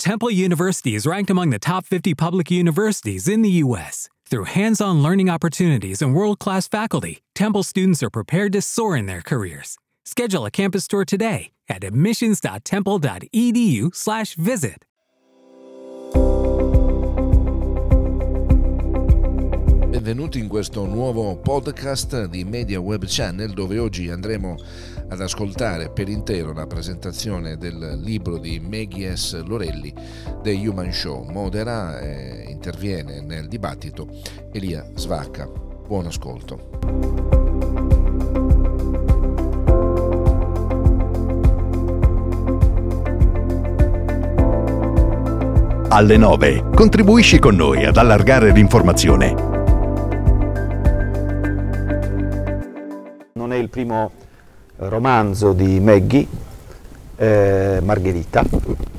Temple University is ranked among the top 50 public universities in the U.S. Through hands-on learning opportunities and world-class faculty, Temple students are prepared to soar in their careers. Schedule a campus tour today at admissions.temple.edu/visit. Benvenuti in questo nuovo podcast di Media Web Channel, dove oggi andremo ad ascoltare per intero la presentazione del libro di Maggie S. Lorelli, The Human Show. Modera e interviene nel dibattito Elia Svacca. Buon ascolto. Alle 9 contribuisci con noi ad allargare l'informazione. Non è il primo romanzo di Maggie, Margherita.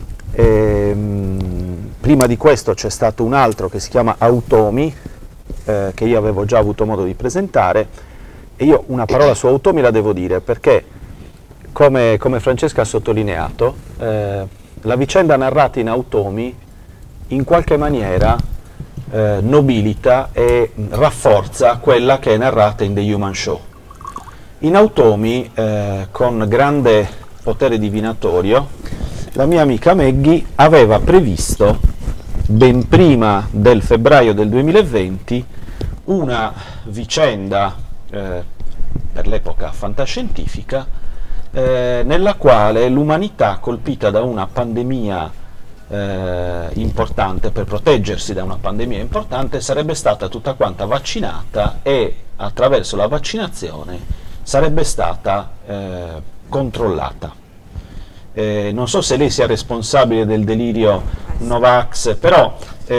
Prima di questo c'è stato un altro che si chiama Automi, che io avevo già avuto modo di presentare, e io una parola su Automi la devo dire perché, come Francesca ha sottolineato, la vicenda narrata in Automi in qualche maniera nobilita e rafforza quella che è narrata in The Human Show. In Automi, con grande potere divinatorio, la mia amica Maggie aveva previsto, ben prima del febbraio del 2020, una vicenda, per l'epoca fantascientifica, nella quale l'umanità, colpita da una pandemia importante, per proteggersi da una pandemia importante, sarebbe stata tutta quanta vaccinata e attraverso la vaccinazione sarebbe stata controllata. Non so se lei sia responsabile del delirio Novax, però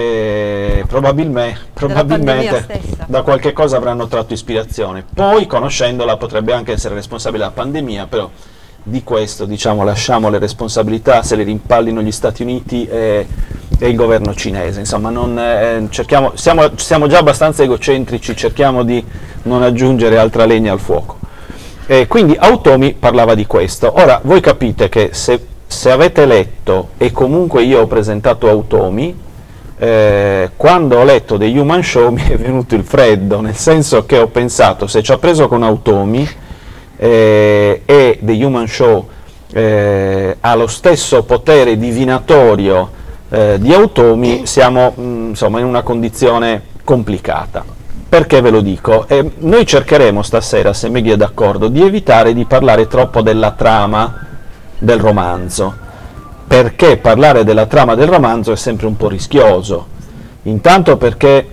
probabilmente da qualche cosa avranno tratto ispirazione. Poi, conoscendola, potrebbe anche essere responsabile della pandemia, però di questo, diciamo, lasciamo le responsabilità, se le rimpallino gli Stati Uniti e il governo cinese. Insomma, siamo già abbastanza egocentrici, cerchiamo di non aggiungere altra legna al fuoco. Quindi Automi parlava di questo. Ora, voi capite che se avete letto, e comunque io ho presentato Automi, quando ho letto The Human Show mi è venuto il freddo, nel senso che ho pensato, se ci ha preso con Automi e The Human Show ha lo stesso potere divinatorio di Automi, siamo insomma in una condizione complicata. Perché ve lo dico? Noi cercheremo stasera, se Maggie è d'accordo, di evitare di parlare troppo della trama del romanzo, perché parlare della trama del romanzo è sempre un po' rischioso. Intanto perché,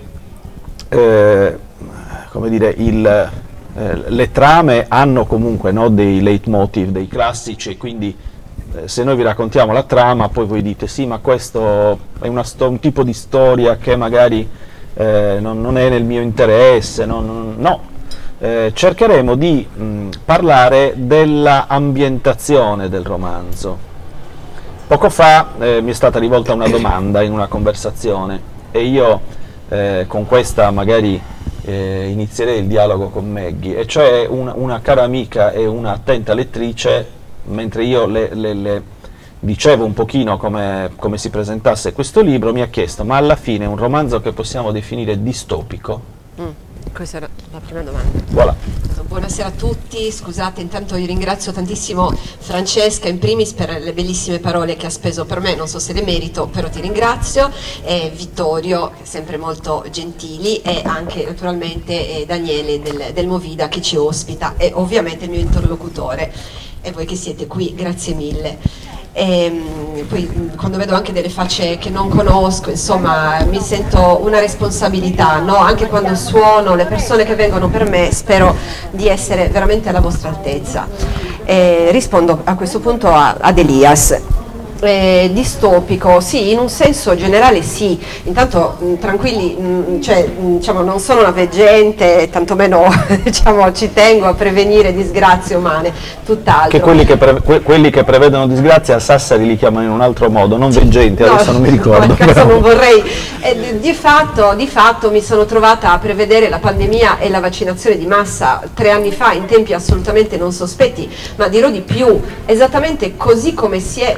come dire, le trame hanno comunque, no, dei leitmotiv, dei classici, e quindi se noi vi raccontiamo la trama, poi voi dite sì, ma questo è un tipo di storia che magari non è nel mio interesse, no. Cercheremo di parlare della ambientazione del romanzo. Poco fa mi è stata rivolta una domanda in una conversazione e io con questa magari inizierei il dialogo con Maggie, e cioè una cara amica e una attenta lettrice, mentre io le dicevo un pochino come si presentasse questo libro, mi ha chiesto: ma alla fine è un romanzo che possiamo definire distopico? Questa era la prima domanda. Voilà. Buonasera a tutti, scusate, intanto io ringrazio tantissimo Francesca in primis per le bellissime parole che ha speso per me, non so se le merito, però ti ringrazio, e Vittorio, sempre molto gentili, e anche naturalmente Daniele del Movida che ci ospita, e ovviamente il mio interlocutore, e voi che siete qui, grazie mille. E poi quando vedo anche delle facce che non conosco, insomma, mi sento una responsabilità, no? Anche quando suono, le persone che vengono per me, spero di essere veramente alla vostra altezza. Rispondo a questo punto ad Elias. Distopico, sì, in un senso generale sì. Intanto tranquilli, cioè, diciamo, non sono una veggente, tantomeno diciamo, ci tengo a prevenire disgrazie umane, tutt'altro. Che quelli che prevedono disgrazie a Sassari li chiamano in un altro modo, non veggenti, no, adesso non mi ricordo. No, non vorrei. Di fatto mi sono trovata a prevedere la pandemia e la vaccinazione di massa 3 anni fa in tempi assolutamente non sospetti, ma dirò di più, esattamente così come si è verificato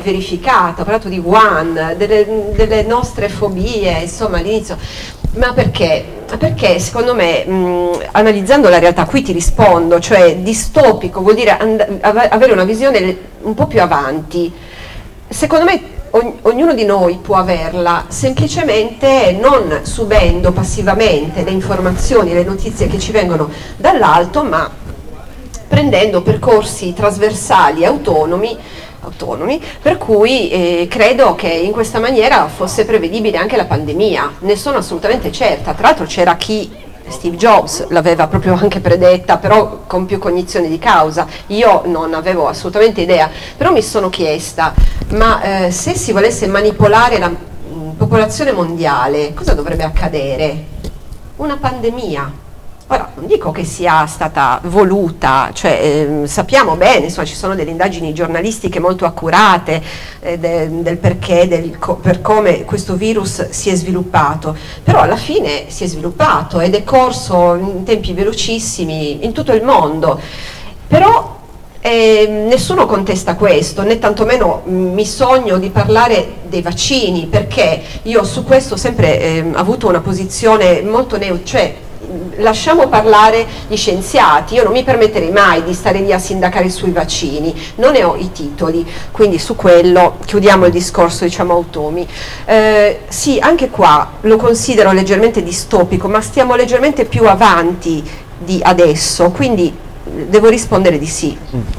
delicata, ho parlato di Wuhan, delle nostre fobie, insomma all'inizio. Ma perché? Perché secondo me, analizzando la realtà, qui ti rispondo, cioè distopico vuol dire avere una visione un po' più avanti. Secondo me ognuno di noi può averla, semplicemente non subendo passivamente le informazioni, le notizie che ci vengono dall'alto, ma prendendo percorsi trasversali autonomi, per cui credo che in questa maniera fosse prevedibile anche la pandemia, ne sono assolutamente certa. Tra l'altro c'era chi, Steve Jobs, l'aveva proprio anche predetta, però con più cognizione di causa. Io non avevo assolutamente idea, però mi sono chiesta, ma se si volesse manipolare la popolazione mondiale, cosa dovrebbe accadere? Una pandemia. Ora, non dico che sia stata voluta, cioè, sappiamo bene, insomma, ci sono delle indagini giornalistiche molto accurate del perché, per come questo virus si è sviluppato, però alla fine si è sviluppato ed è corso in tempi velocissimi in tutto il mondo, però nessuno contesta questo, né tantomeno mi sogno di parlare dei vaccini, perché io su questo ho sempre avuto una posizione molto neutra, cioè lasciamo parlare gli scienziati. Io non mi permetterei mai di stare lì a sindacare sui vaccini, non ne ho i titoli, quindi su quello chiudiamo il discorso, diciamo, automi. Sì, anche qua lo considero leggermente distopico, ma stiamo leggermente più avanti di adesso, quindi devo rispondere di sì.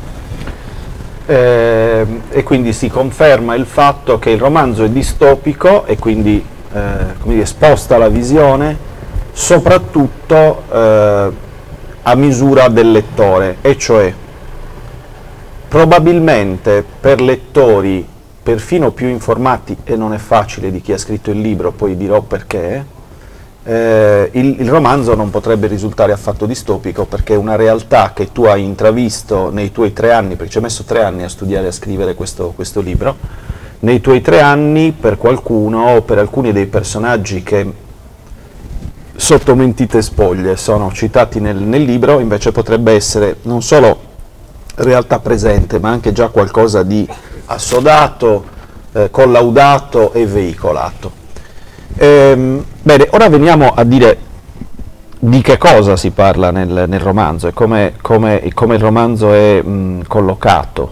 E quindi si conferma il fatto che il romanzo è distopico e quindi come dire, sposta la visione soprattutto a misura del lettore, e cioè probabilmente per lettori perfino più informati, e non è facile di chi ha scritto il libro, poi dirò perché, il romanzo non potrebbe risultare affatto distopico, perché è una realtà che tu hai intravisto nei tuoi 3 anni, perché ci hai messo 3 anni a studiare e a scrivere questo libro, nei tuoi 3 anni per qualcuno o per alcuni dei personaggi che sotto mentite spoglie sono citati nel libro, invece potrebbe essere non solo realtà presente, ma anche già qualcosa di assodato, collaudato e veicolato. Bene, ora veniamo a dire di che cosa si parla nel romanzo e come il romanzo è collocato.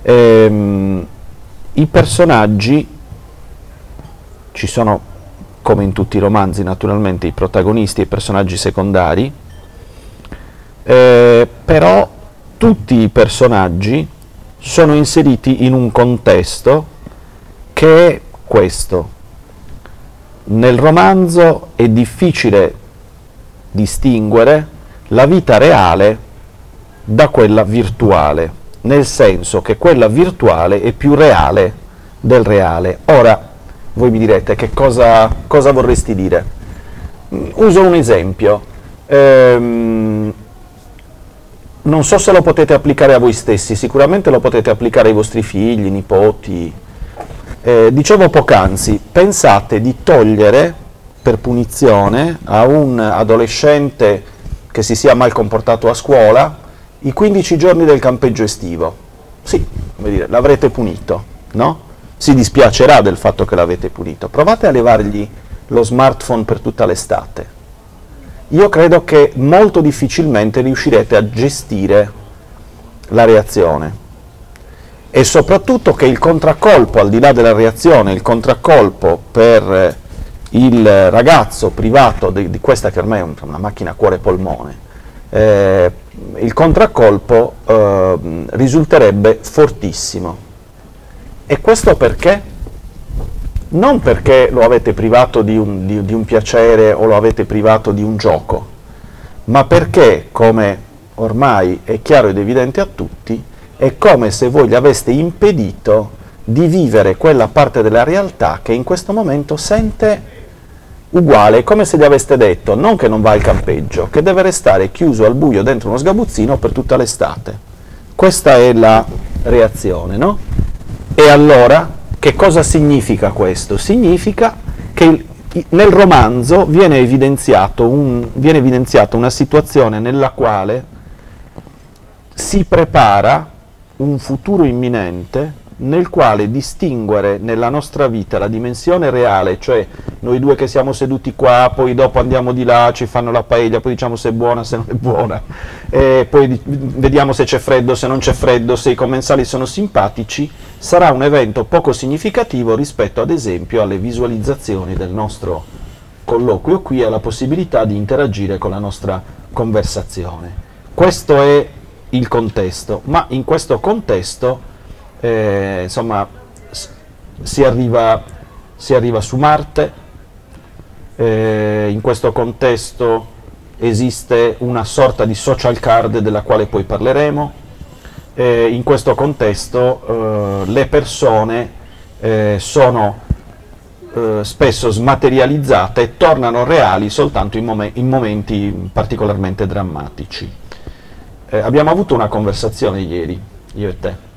I personaggi, ci sono, come in tutti i romanzi naturalmente, i protagonisti e i personaggi secondari, però tutti i personaggi sono inseriti in un contesto che è questo. Nel romanzo è difficile distinguere la vita reale da quella virtuale, nel senso che quella virtuale è più reale del reale. Ora, voi mi direte, che cosa vorresti dire? Uso un esempio. Non so se lo potete applicare a voi stessi, sicuramente lo potete applicare ai vostri figli, nipoti. Dicevo poc'anzi, pensate di togliere per punizione a un adolescente che si sia mal comportato a scuola i 15 giorni del campeggio estivo. Sì, come dire, l'avrete punito, no? Si dispiacerà del fatto che l'avete punito. Provate a levargli lo smartphone per tutta l'estate. Io credo che molto difficilmente riuscirete a gestire la reazione. E soprattutto che il contraccolpo, al di là della reazione, il contraccolpo per il ragazzo privato di questa che ormai è una macchina cuore-polmone, il contraccolpo risulterebbe fortissimo. E questo perché? Non perché lo avete privato di un piacere o lo avete privato di un gioco, ma perché, come ormai è chiaro ed evidente a tutti, è come se voi gli aveste impedito di vivere quella parte della realtà che in questo momento sente uguale, come se gli aveste detto non che non va al campeggio, che deve restare chiuso al buio dentro uno sgabuzzino per tutta l'estate. Questa è la reazione, no? E allora, che cosa significa questo? Significa che nel romanzo viene evidenziata una situazione nella quale si prepara un futuro imminente nel quale distinguere nella nostra vita la dimensione reale, cioè noi due che siamo seduti qua, poi dopo andiamo di là, ci fanno la paella, poi diciamo se è buona, se non è buona, poi vediamo se c'è freddo, se non c'è freddo, se i commensali sono simpatici, sarà un evento poco significativo rispetto ad esempio alle visualizzazioni del nostro colloquio qui, alla possibilità di interagire con la nostra conversazione. Questo è il contesto, ma in questo contesto insomma si arriva su Marte, in questo contesto esiste una sorta di social card della quale poi parleremo, in questo contesto le persone sono spesso smaterializzate e tornano reali soltanto in momenti particolarmente drammatici. Abbiamo avuto una conversazione ieri, io e te,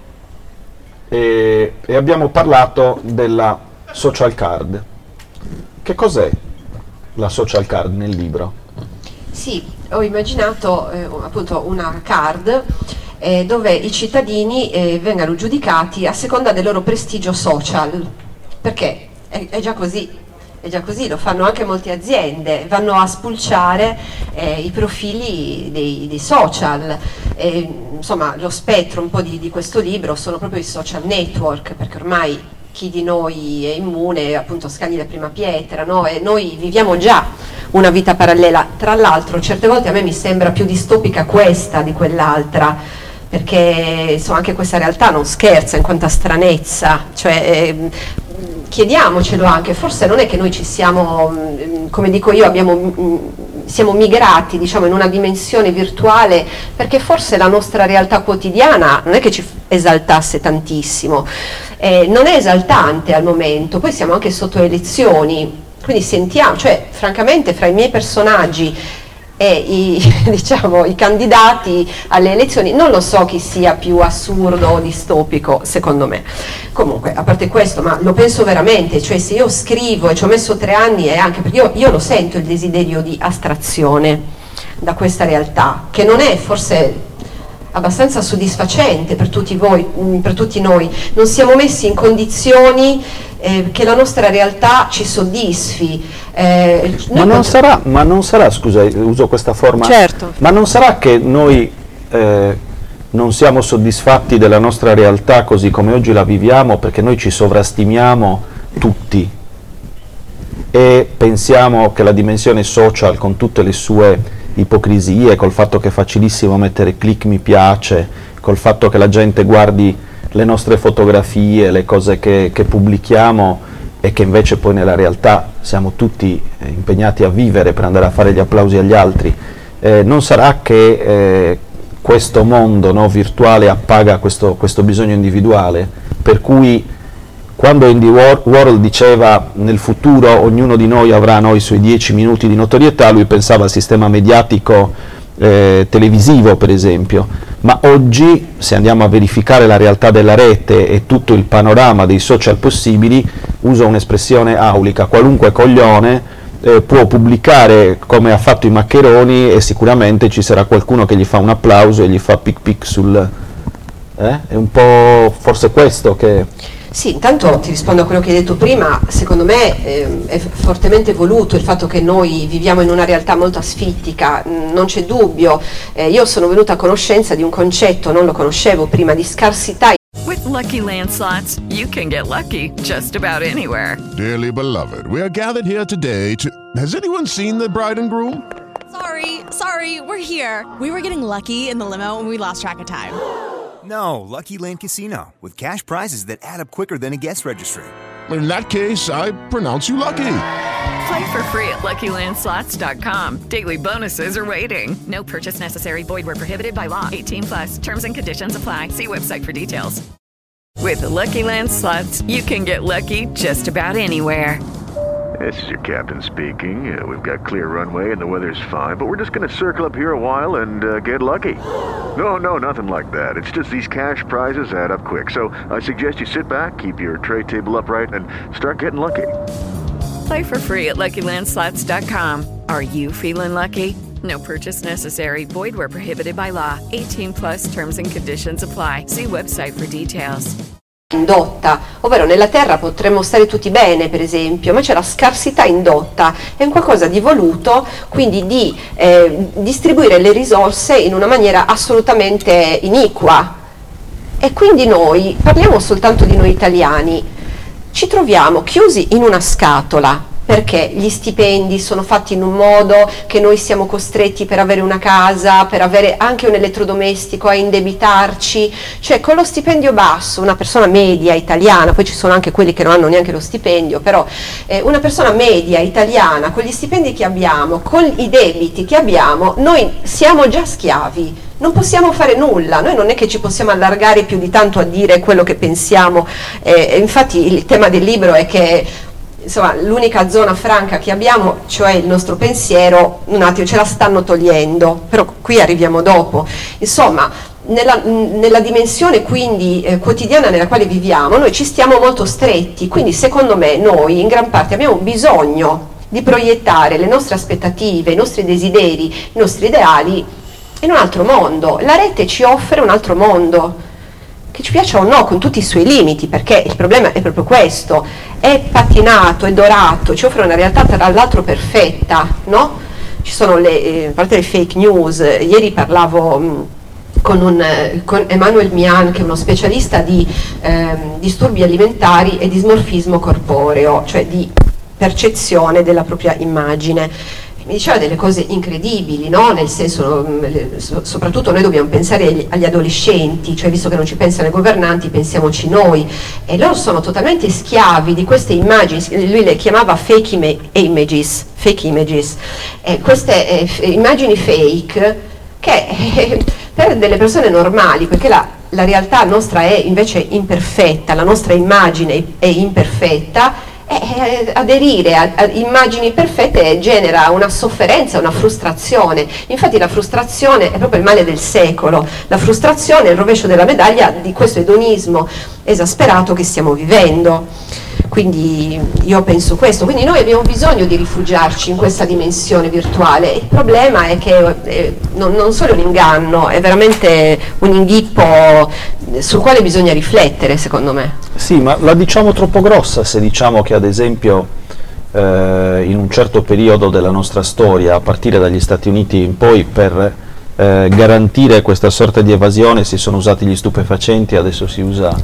e abbiamo parlato della social card. Che cos'è la social card nel libro? Sì, ho immaginato appunto una card dove i cittadini vengano giudicati a seconda del loro prestigio social, perché è già così. È già così, lo fanno anche molte aziende, vanno a spulciare i profili dei social. Insomma, lo spettro un po' di questo libro sono proprio i social network, perché ormai chi di noi è immune appunto scagli la prima pietra, no? E noi viviamo già una vita parallela. Tra l'altro certe volte a me mi sembra più distopica questa di quell'altra, perché insomma anche questa realtà non scherza in quanta stranezza, cioè chiediamocelo anche, forse non è che noi ci siamo, come dico io, siamo migrati diciamo in una dimensione virtuale, perché forse la nostra realtà quotidiana non è che ci esaltasse tantissimo, non è esaltante al momento, poi siamo anche sotto elezioni, quindi sentiamo, cioè francamente fra i miei personaggi e diciamo, i candidati alle elezioni non lo so chi sia più assurdo o distopico, secondo me. Comunque, a parte questo, ma lo penso veramente, cioè se io scrivo e ci ho messo 3 anni è anche perché io lo sento il desiderio di astrazione da questa realtà, che non è forse abbastanza soddisfacente per tutti voi, per tutti noi. Non siamo messi in condizioni che la nostra realtà ci soddisfi. Ma non sarà, scusa, uso questa forma, certo. Ma non sarà che noi non siamo soddisfatti della nostra realtà così come oggi la viviamo perché noi ci sovrastimiamo tutti e pensiamo che la dimensione social, con tutte le sue ipocrisie, col fatto che è facilissimo mettere click mi piace, col fatto che la gente guardi le nostre fotografie, le cose che pubblichiamo e che invece poi nella realtà siamo tutti impegnati a vivere per andare a fare gli applausi agli altri, non sarà che questo mondo, no, virtuale appaga questo bisogno individuale, per cui quando Andy Warhol diceva nel futuro ognuno di noi avrà i suoi 10 minuti di notorietà, lui pensava al sistema mediatico televisivo per esempio, ma oggi se andiamo a verificare la realtà della rete e tutto il panorama dei social possibili, uso un'espressione aulica, qualunque coglione può pubblicare come ha fatto i maccheroni e sicuramente ci sarà qualcuno che gli fa un applauso e gli fa pic pic sul... È un po' forse questo che... Sì, intanto ti rispondo a quello che hai detto prima, secondo me è fortemente voluto il fatto che noi viviamo in una realtà molto asfittica, non c'è dubbio. Io sono venuta a conoscenza di un concetto, non lo conoscevo prima, di scarsità. With Lucky Land Slots, you can get lucky just about anywhere. Dearly beloved, we are gathered here today to... Has anyone seen the bride and groom? Sorry, we're here. We were getting lucky in the limo and we lost track of time. No, Lucky Land Casino, with cash prizes that add up quicker than a guest registry. In that case, I pronounce you lucky. Play for free at LuckyLandSlots.com. Daily bonuses are waiting. No purchase necessary. Void where prohibited by law. 18+. Terms and conditions apply. See website for details. With Lucky Land Slots, you can get lucky just about anywhere. This is your captain speaking. We've got clear runway and the weather's fine, but we're just going to circle up here a while and get lucky. No, nothing like that. It's just these cash prizes add up quick. So I suggest you sit back, keep your tray table upright, and start getting lucky. Play for free at LuckyLandSlots.com. Are you feeling lucky? No purchase necessary. Void where prohibited by law. 18+. Terms and conditions apply. See website for details. indotta, ovvero nella terra potremmo stare tutti bene, per esempio, ma c'è la scarsità indotta, è un qualcosa di voluto, quindi di distribuire le risorse in una maniera assolutamente iniqua. E quindi noi, parliamo soltanto di noi italiani, ci troviamo chiusi in una scatola, perché gli stipendi sono fatti in un modo che noi siamo costretti, per avere una casa, per avere anche un elettrodomestico, a indebitarci. Cioè con lo stipendio basso, una persona media italiana, poi ci sono anche quelli che non hanno neanche lo stipendio, però una persona media italiana, con gli stipendi che abbiamo, con i debiti che abbiamo, noi siamo già schiavi. Non possiamo fare nulla, noi non è che ci possiamo allargare più di tanto a dire quello che pensiamo, infatti il tema del libro è che insomma, l'unica zona franca che abbiamo, cioè il nostro pensiero, un attimo ce la stanno togliendo, però qui arriviamo dopo. Insomma, nella dimensione quindi quotidiana nella quale viviamo, noi ci stiamo molto stretti, quindi secondo me noi in gran parte abbiamo bisogno di proiettare le nostre aspettative, i nostri desideri, i nostri ideali in un altro mondo. La rete ci offre un altro mondo, che ci piaccia o no, con tutti i suoi limiti, perché il problema è proprio questo, è patinato, è dorato, ci offre una realtà tra l'altro perfetta, no? Ci sono a parte le fake news, ieri parlavo con Emmanuel Mian, che è uno specialista di disturbi alimentari e dismorfismo corporeo, cioè di percezione della propria immagine. Mi diceva delle cose incredibili, no? Nel senso, soprattutto noi dobbiamo pensare agli adolescenti, cioè visto che non ci pensano i governanti, pensiamoci noi, e loro sono totalmente schiavi di queste immagini, lui le chiamava fake images, queste immagini fake che per delle persone normali, perché la realtà nostra è invece imperfetta, la nostra immagine è imperfetta, aderire a immagini perfette genera una sofferenza, una frustrazione. Infatti la frustrazione è proprio il male del secolo, la frustrazione è il rovescio della medaglia di questo edonismo esasperato che stiamo vivendo. Quindi io penso questo, quindi noi abbiamo bisogno di rifugiarci in questa dimensione virtuale. Il problema è che non solo è un inganno, è veramente un inghippo sul quale bisogna riflettere, secondo me. Sì, ma la diciamo troppo grossa se diciamo che ad esempio in un certo periodo della nostra storia, a partire dagli Stati Uniti in poi, per garantire questa sorta di evasione si sono usati gli stupefacenti, adesso si usa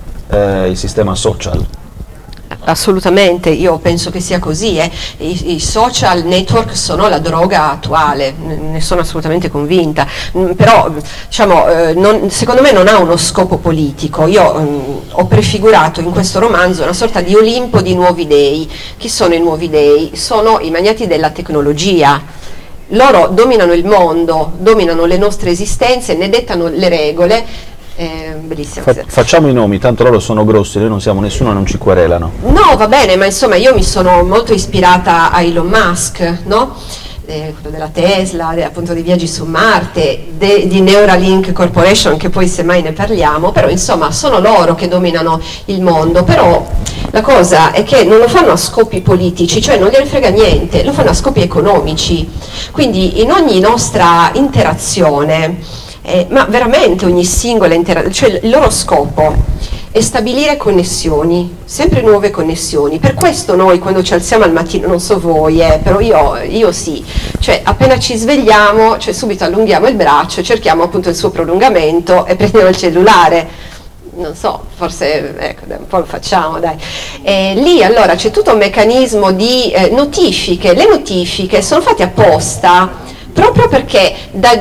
il sistema social. Assolutamente, io penso che sia così, I social network sono la droga attuale, ne sono assolutamente convinta, però diciamo, secondo me non ha uno scopo politico. Io ho prefigurato in questo romanzo una sorta di Olimpo di nuovi dei. Chi sono i nuovi dei? Sono i magnati della tecnologia. Loro dominano il mondo, dominano le nostre esistenze, ne dettano le regole. Bellissimo. Facciamo i nomi, tanto loro sono grossi, noi non siamo nessuno e non ci querelano. No, va bene, ma insomma io mi sono molto ispirata a Elon Musk, no? Quello della Tesla, appunto dei viaggi su Marte, di Neuralink Corporation, che poi semmai ne parliamo, però insomma sono loro che dominano il mondo. Però la cosa è che non lo fanno a scopi politici, cioè non gliene frega niente, lo fanno a scopi economici. Quindi in ogni nostra interazione, ma veramente ogni singola interazione, cioè il loro scopo è stabilire connessioni, sempre nuove connessioni. Per questo noi quando ci alziamo al mattino, non so voi, però io sì, cioè appena ci svegliamo, cioè subito allunghiamo il braccio, cerchiamo appunto il suo prolungamento e prendiamo il cellulare. Non so, forse ecco, un po' lo facciamo, dai. Lì allora c'è tutto un meccanismo di notifiche. Le notifiche sono fatte apposta proprio perché da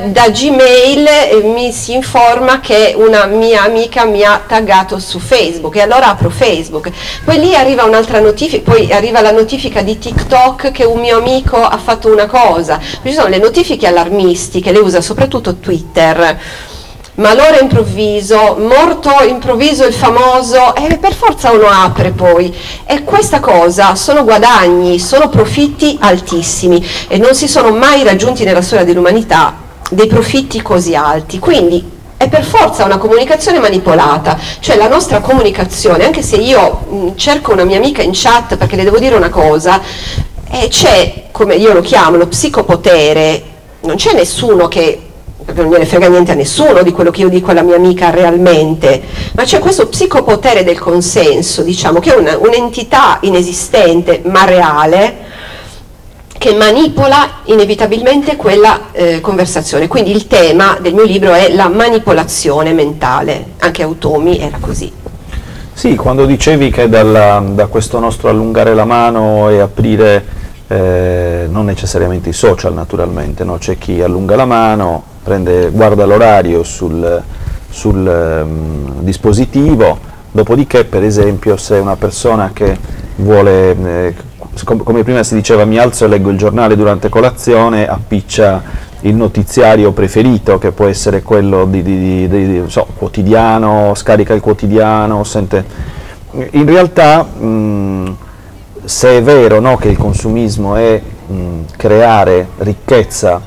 Gmail mi si informa che una mia amica mi ha taggato su Facebook e allora apro Facebook, poi lì arriva un'altra notifica, poi arriva la notifica di TikTok che un mio amico ha fatto una cosa. Ci sono le notifiche allarmistiche, le usa soprattutto Twitter. Malore improvviso, morto improvviso il famoso, e per forza uno apre poi. E questa cosa sono guadagni, sono profitti altissimi e non si sono mai raggiunti nella storia dell'umanità dei profitti così alti. Quindi è per forza una comunicazione manipolata, cioè la nostra comunicazione, anche se io cerco una mia amica in chat perché le devo dire una cosa, c'è, come io lo chiamo, lo psicopotere, non c'è nessuno che non gliene frega niente a nessuno di quello che io dico alla mia amica realmente, ma c'è questo psicopotere del consenso, diciamo, che è un'entità inesistente ma reale, che manipola inevitabilmente quella conversazione. Quindi il tema del mio libro è la manipolazione mentale, anche Automi era così. Sì, quando dicevi che da questo nostro allungare la mano e aprire, non necessariamente i social naturalmente, no? C'è chi allunga la mano, guarda l'orario sul dispositivo, dopodiché per esempio se una persona che vuole, come prima si diceva, mi alzo e leggo il giornale durante colazione, appiccia il notiziario preferito, che può essere quello di quotidiano, scarica il quotidiano, sente. In realtà se è vero, no, che il consumismo è creare ricchezza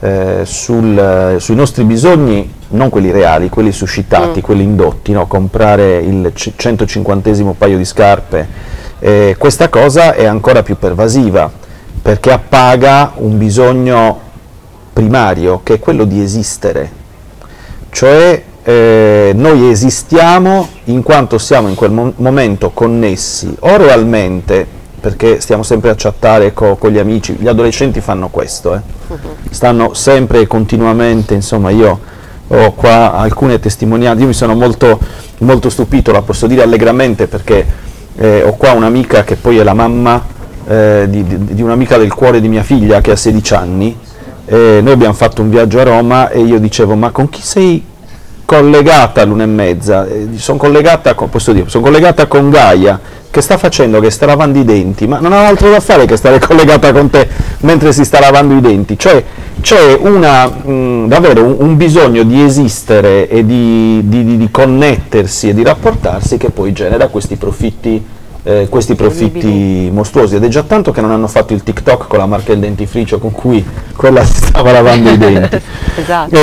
sui nostri bisogni, non quelli reali, quelli suscitati, quelli indotti, no? Comprare il 150° paio di scarpe, questa cosa è ancora più pervasiva, perché appaga un bisogno primario, che è quello di esistere, cioè noi esistiamo in quanto siamo in quel momento connessi, o realmente, perché stiamo sempre a chattare con gli amici, gli adolescenti fanno questo, stanno sempre e continuamente, insomma io ho qua alcune testimonianze, io mi sono molto, molto stupito, la posso dire allegramente, perché ho qua un'amica che poi è la mamma di un'amica del cuore di mia figlia che ha 16 anni, noi abbiamo fatto un viaggio a Roma e io dicevo: ma con chi sei collegata all'1:30? Sono collegata con Gaia, che sta facendo, che sta lavando i denti, ma non ha altro da fare che stare collegata con te mentre si sta lavando i denti. Cioè c'è davvero un bisogno di esistere e di connettersi e di rapportarsi, che poi genera questi profitti mostruosi, ed è già tanto che non hanno fatto il TikTok con la marca del dentifricio con cui quella si stava lavando i denti. Esatto.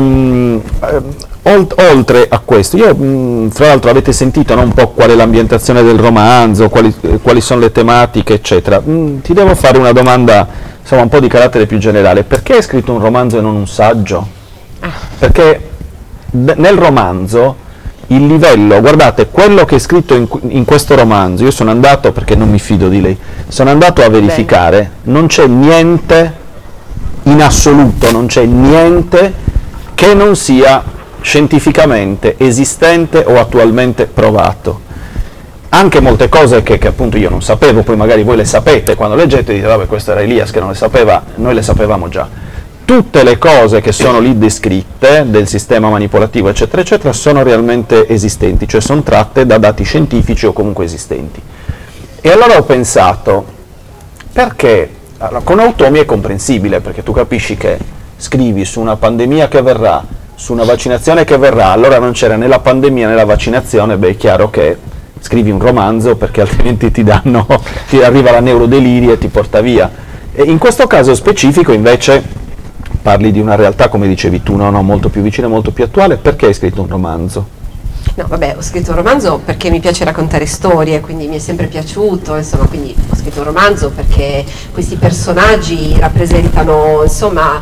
Oltre a questo, io fra l'altro avete sentito, no, un po' qual è l'ambientazione del romanzo, quali sono le tematiche, eccetera. Ti devo fare una domanda, insomma, un po' di carattere più generale: perché hai scritto un romanzo e non un saggio? Perché nel romanzo il livello, guardate, quello che è scritto in questo romanzo, io sono andato, perché non mi fido di lei, sono andato a verificare, non c'è niente in assoluto, non c'è niente che non sia scientificamente esistente o attualmente provato. Anche molte cose che appunto io non sapevo, poi magari voi le sapete, quando leggete dite: vabbè, questo era Elias che non le sapeva, noi le sapevamo già. Tutte le cose che sono lì descritte, del sistema manipolativo eccetera eccetera, sono realmente esistenti, cioè sono tratte da dati scientifici o comunque esistenti. E allora ho pensato, perché con Automi è comprensibile, perché tu capisci che scrivi su una pandemia che verrà, su una vaccinazione che verrà, allora non c'era né la pandemia né la vaccinazione, beh, è chiaro che scrivi un romanzo, perché altrimenti ti arriva la neurodelirio e ti porta via. E in questo caso specifico invece parli di una realtà, come dicevi tu, no, molto più vicina, molto più attuale. Perché hai scritto un romanzo? No, vabbè, ho scritto un romanzo perché mi piace raccontare storie, quindi mi è sempre piaciuto, insomma, quindi ho scritto un romanzo perché questi personaggi rappresentano, insomma,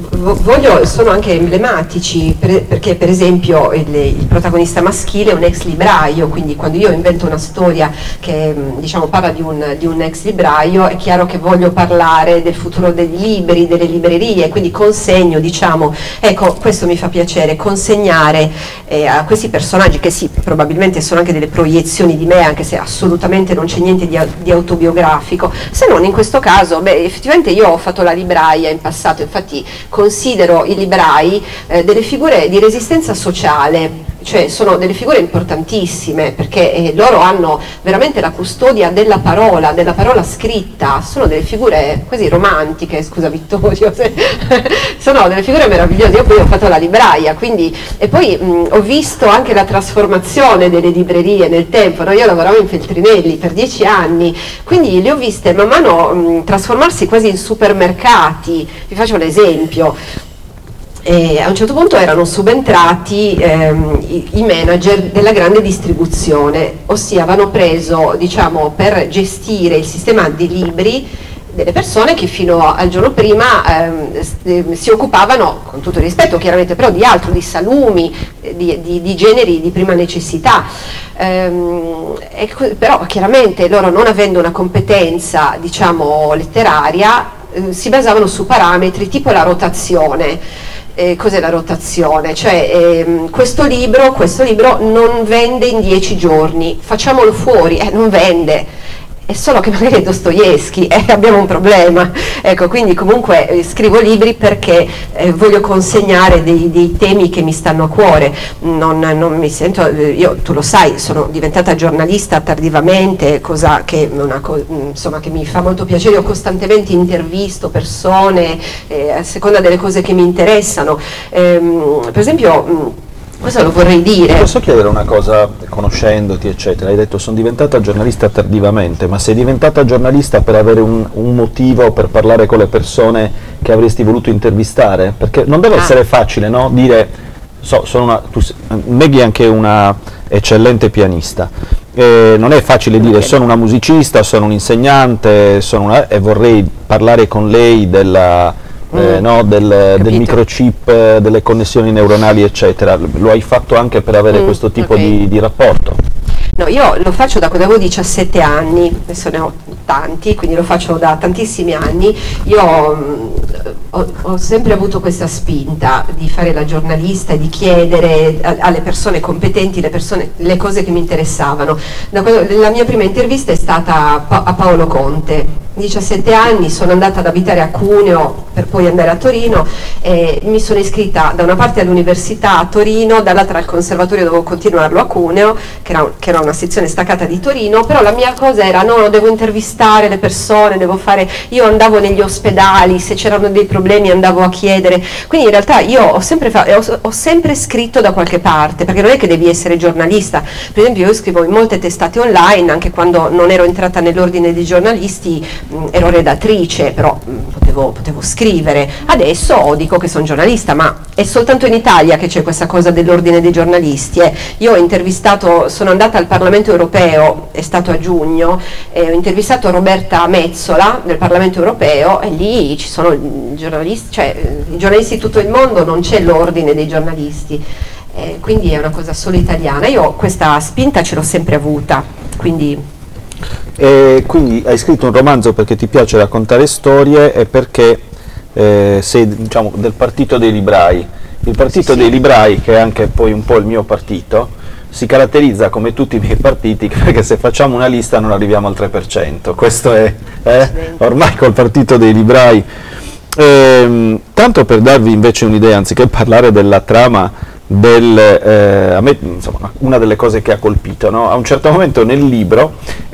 sono anche emblematici, perché per esempio il protagonista maschile è un ex libraio, quindi quando io invento una storia che, diciamo, parla di un ex libraio, è chiaro che voglio parlare del futuro dei libri, delle librerie, quindi consegno, diciamo, ecco, questo mi fa piacere, consegnare a questi personaggi, che sì, probabilmente sono anche delle proiezioni di me, anche se assolutamente non c'è niente di autobiografico, se non in questo caso, beh, effettivamente io ho fatto la libraia in passato, infatti considero i librai delle figure di resistenza sociale, cioè sono delle figure importantissime, perché loro hanno veramente la custodia della parola scritta, sono delle figure quasi romantiche, scusa Vittorio, sono delle figure meravigliose. Io poi ho fatto la libraia, quindi, e poi ho visto anche la trasformazione delle librerie nel tempo, no? Io lavoravo in Feltrinelli per 10 anni, quindi le ho viste man mano trasformarsi quasi in supermercati. Vi faccio l'esempio. E a un certo punto erano subentrati i manager della grande distribuzione, ossia avevano preso, diciamo, per gestire il sistema di libri delle persone che fino al giorno prima si occupavano, con tutto il rispetto chiaramente, però di altro, di salumi, di generi di prima necessità. Però chiaramente loro, non avendo una competenza diciamo letteraria, si basavano su parametri tipo la rotazione. Cos'è la rotazione? Cioè questo libro non vende in 10 giorni, facciamolo fuori, non vende. È solo che magari è Dostoevskij, abbiamo un problema. Ecco, quindi comunque scrivo libri perché voglio consegnare dei temi che mi stanno a cuore. Non mi sento, io, tu lo sai, sono diventata giornalista tardivamente, cosa che insomma che mi fa molto piacere. Io costantemente intervisto persone a seconda delle cose che mi interessano. Per esempio, questo lo vorrei dire. Posso chiedere una cosa, conoscendoti eccetera? Hai detto sono diventata giornalista tardivamente, ma sei diventata giornalista per avere un motivo per parlare con le persone che avresti voluto intervistare? Perché non deve essere facile, no? Dire, Maggie è anche una eccellente pianista, non è facile dire sono una musicista, sono un insegnante, e vorrei parlare con lei della... del microchip, delle connessioni neuronali eccetera. Lo hai fatto anche per avere questo tipo di rapporto? No, io lo faccio da quando avevo 17 anni, adesso ne ho tanti, quindi lo faccio da tantissimi anni. Io ho sempre avuto questa spinta di fare la giornalista e di chiedere alle persone competenti le cose che mi interessavano. La mia prima intervista è stata a Paolo Conte. 17 anni, sono andata ad abitare a Cuneo per poi andare a Torino e mi sono iscritta da una parte all'università a Torino, dall'altra al conservatorio, dovevo continuarlo a Cuneo, che era una sezione staccata di Torino, però la mia cosa era no, devo intervistare le persone, io andavo negli ospedali, se c'erano dei problemi andavo a chiedere, quindi in realtà io ho sempre scritto da qualche parte, perché non è che devi essere giornalista. Per esempio io scrivo in molte testate online, anche quando non ero entrata nell'ordine dei giornalisti ero redattrice, però potevo scrivere. Adesso dico che sono giornalista, ma è soltanto in Italia che c'è questa cosa dell'ordine dei giornalisti. Io ho intervistato, sono andata al Parlamento Europeo, è stato a giugno, ho intervistato Roberta Metsola del Parlamento Europeo e lì ci sono giornalisti, cioè i giornalisti di tutto il mondo, non c'è l'ordine dei giornalisti. Quindi è una cosa solo italiana. Io questa spinta ce l'ho sempre avuta, quindi... E quindi hai scritto un romanzo perché ti piace raccontare storie e perché sei, diciamo, del partito dei librai. Il partito dei librai, che è anche poi un po' il mio partito, si caratterizza come tutti i miei partiti perché se facciamo una lista non arriviamo al 3%. Questo è ormai col partito dei librai. Tanto per darvi invece un'idea, anziché parlare della trama, a me insomma, una delle cose che ha colpito, no? A un certo momento nel libro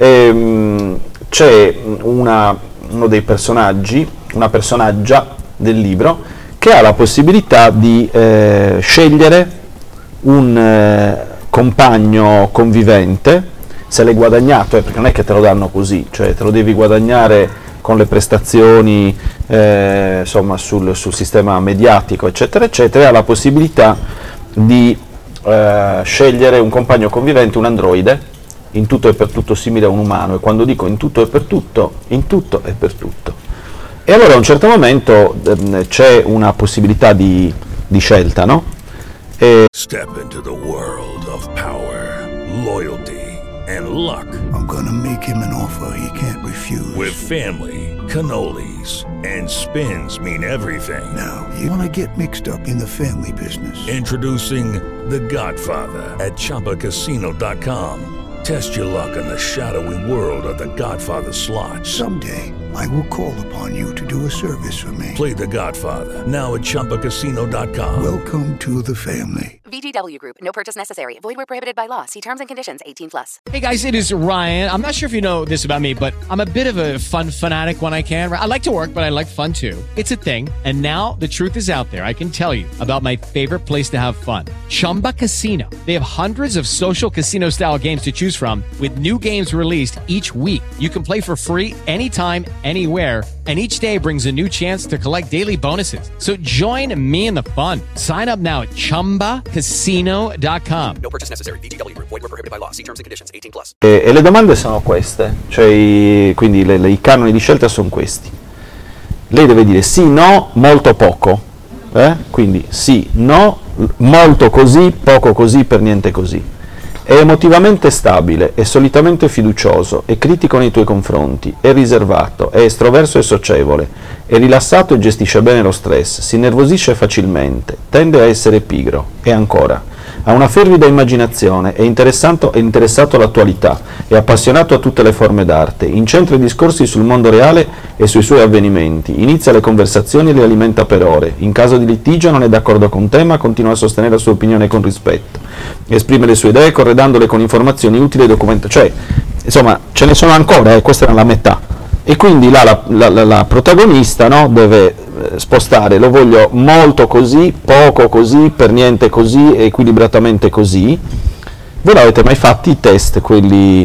c'è uno dei personaggi, una personaggia del libro che ha la possibilità di scegliere un compagno convivente, se l'è guadagnato, perché non è che te lo danno così, cioè te lo devi guadagnare con le prestazioni insomma sul sistema mediatico eccetera eccetera, ha la possibilità di scegliere un compagno convivente, un androide, in tutto e per tutto simile a un umano, e quando dico in tutto e per tutto, in tutto e per tutto. E allora a un certo momento c'è una possibilità di scelta, no? Step into the world of power, loyalty and luck. I'm gonna make him an offer he can't refuse. With family, cannolis, and spins mean everything. Now, you wanna get mixed up in the family business. Introducing The Godfather at ChumbaCasino.com. Test your luck in the shadowy world of The Godfather slot. Someday, I will call upon you to do a service for me. Play The Godfather, now at ChumbaCasino.com. Welcome to the family. VGW Group. No purchase necessary. Void where prohibited by law. See terms and conditions. 18+. Hey guys, it is Ryan. I'm not sure if you know this about me, but I'm a bit of a fun fanatic when I can. I like to work, but I like fun too. It's a thing. And now the truth is out there. I can tell you about my favorite place to have fun. Chumba Casino. They have hundreds of social casino style games to choose from with new games released each week. You can play for free anytime, anywhere, and each day brings a new chance to collect daily bonuses. So join me in the fun. Sign up now at ChumbaCasino.com. No purchase necessary. VGW Group. Void where prohibited by law. See terms and conditions. 18+. E le domande sono queste, cioè quindi i canoni di scelta sono questi. Lei deve dire sì, no, molto poco. Quindi sì, no, molto così, poco così, per niente così. È emotivamente stabile, è solitamente fiducioso, è critico nei tuoi confronti, è riservato, è estroverso e socievole, è rilassato e gestisce bene lo stress, si innervosisce facilmente, tende a essere pigro, e ancora, ha una fervida immaginazione, è interessato all'attualità, è appassionato a tutte le forme d'arte, incentra i discorsi sul mondo reale e sui suoi avvenimenti, inizia le conversazioni e le alimenta per ore, in caso di litigio non è d'accordo con te ma continua a sostenere la sua opinione con rispetto, esprime le sue idee corredandole con informazioni utili e documentazioni, cioè, insomma, ce ne sono ancora, questa era la metà, e quindi la protagonista, no, deve spostare, lo voglio molto così, poco così, per niente così, equilibratamente così. Voi l'avete mai fatti i test, quelli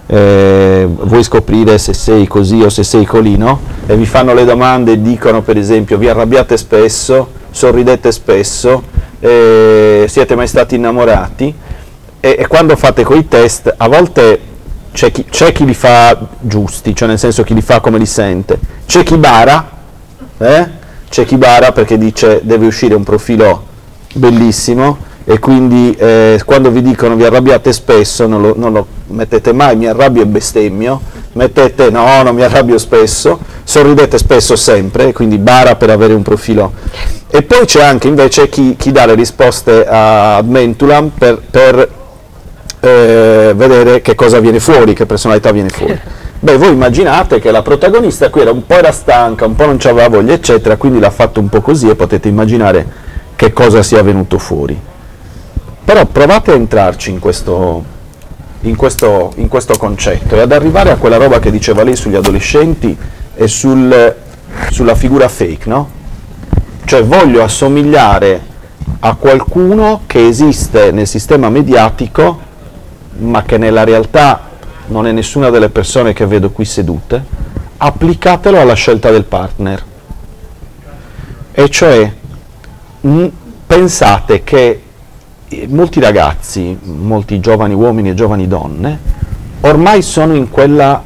vuoi scoprire se sei così o se sei colino, e vi fanno le domande e dicono, per esempio, vi arrabbiate spesso, sorridete spesso, siete mai stati innamorati, e quando fate quei test a volte c'è chi li fa giusti, cioè nel senso chi li fa come li sente, c'è chi bara, c'è chi bara perché dice deve uscire un profilo bellissimo, e quindi quando vi dicono vi arrabbiate spesso non lo mettete mai mi arrabbio e bestemmio, mettete no, non mi arrabbio spesso, sorridete spesso sempre, e quindi bara per avere un profilo. E poi c'è anche invece chi dà le risposte ad Mentulam per vedere che cosa viene fuori, che personalità viene fuori. Beh, voi immaginate che la protagonista qui era stanca, un po' non c'aveva voglia, eccetera, quindi l'ha fatto un po' così, e potete immaginare che cosa sia venuto fuori. Però provate a entrarci in questo concetto, e ad arrivare a quella roba che diceva lei sugli adolescenti e sulla figura fake, no? Cioè voglio assomigliare a qualcuno che esiste nel sistema mediatico, ma che nella realtà non è nessuna delle persone che vedo qui sedute. Applicatelo alla scelta del partner, e cioè pensate che molti ragazzi, molti giovani uomini e giovani donne ormai sono in quella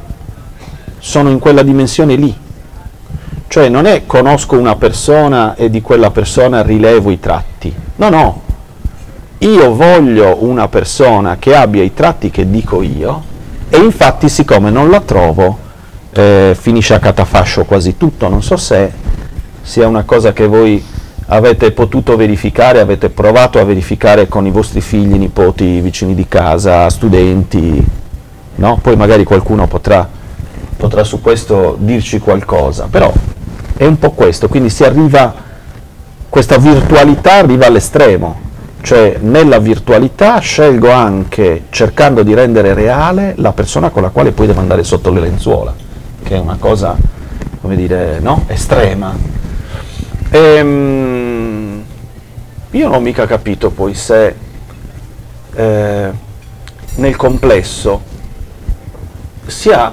dimensione lì, cioè non è conosco una persona e di quella persona rilevo i tratti, no, io voglio una persona che abbia i tratti che dico io, e infatti siccome non la trovo finisce a catafascio quasi tutto. Non so se sia una cosa che voi avete potuto verificare, avete provato a verificare con i vostri figli, nipoti, vicini di casa, studenti, no? Poi magari qualcuno potrà su questo dirci qualcosa, però è un po' questo, quindi questa virtualità arriva all'estremo, cioè nella virtualità scelgo anche, cercando di rendere reale, la persona con la quale poi devo andare sotto le lenzuola, che è una cosa, come dire, no? Estrema. Io non ho mica capito poi se nel complesso sia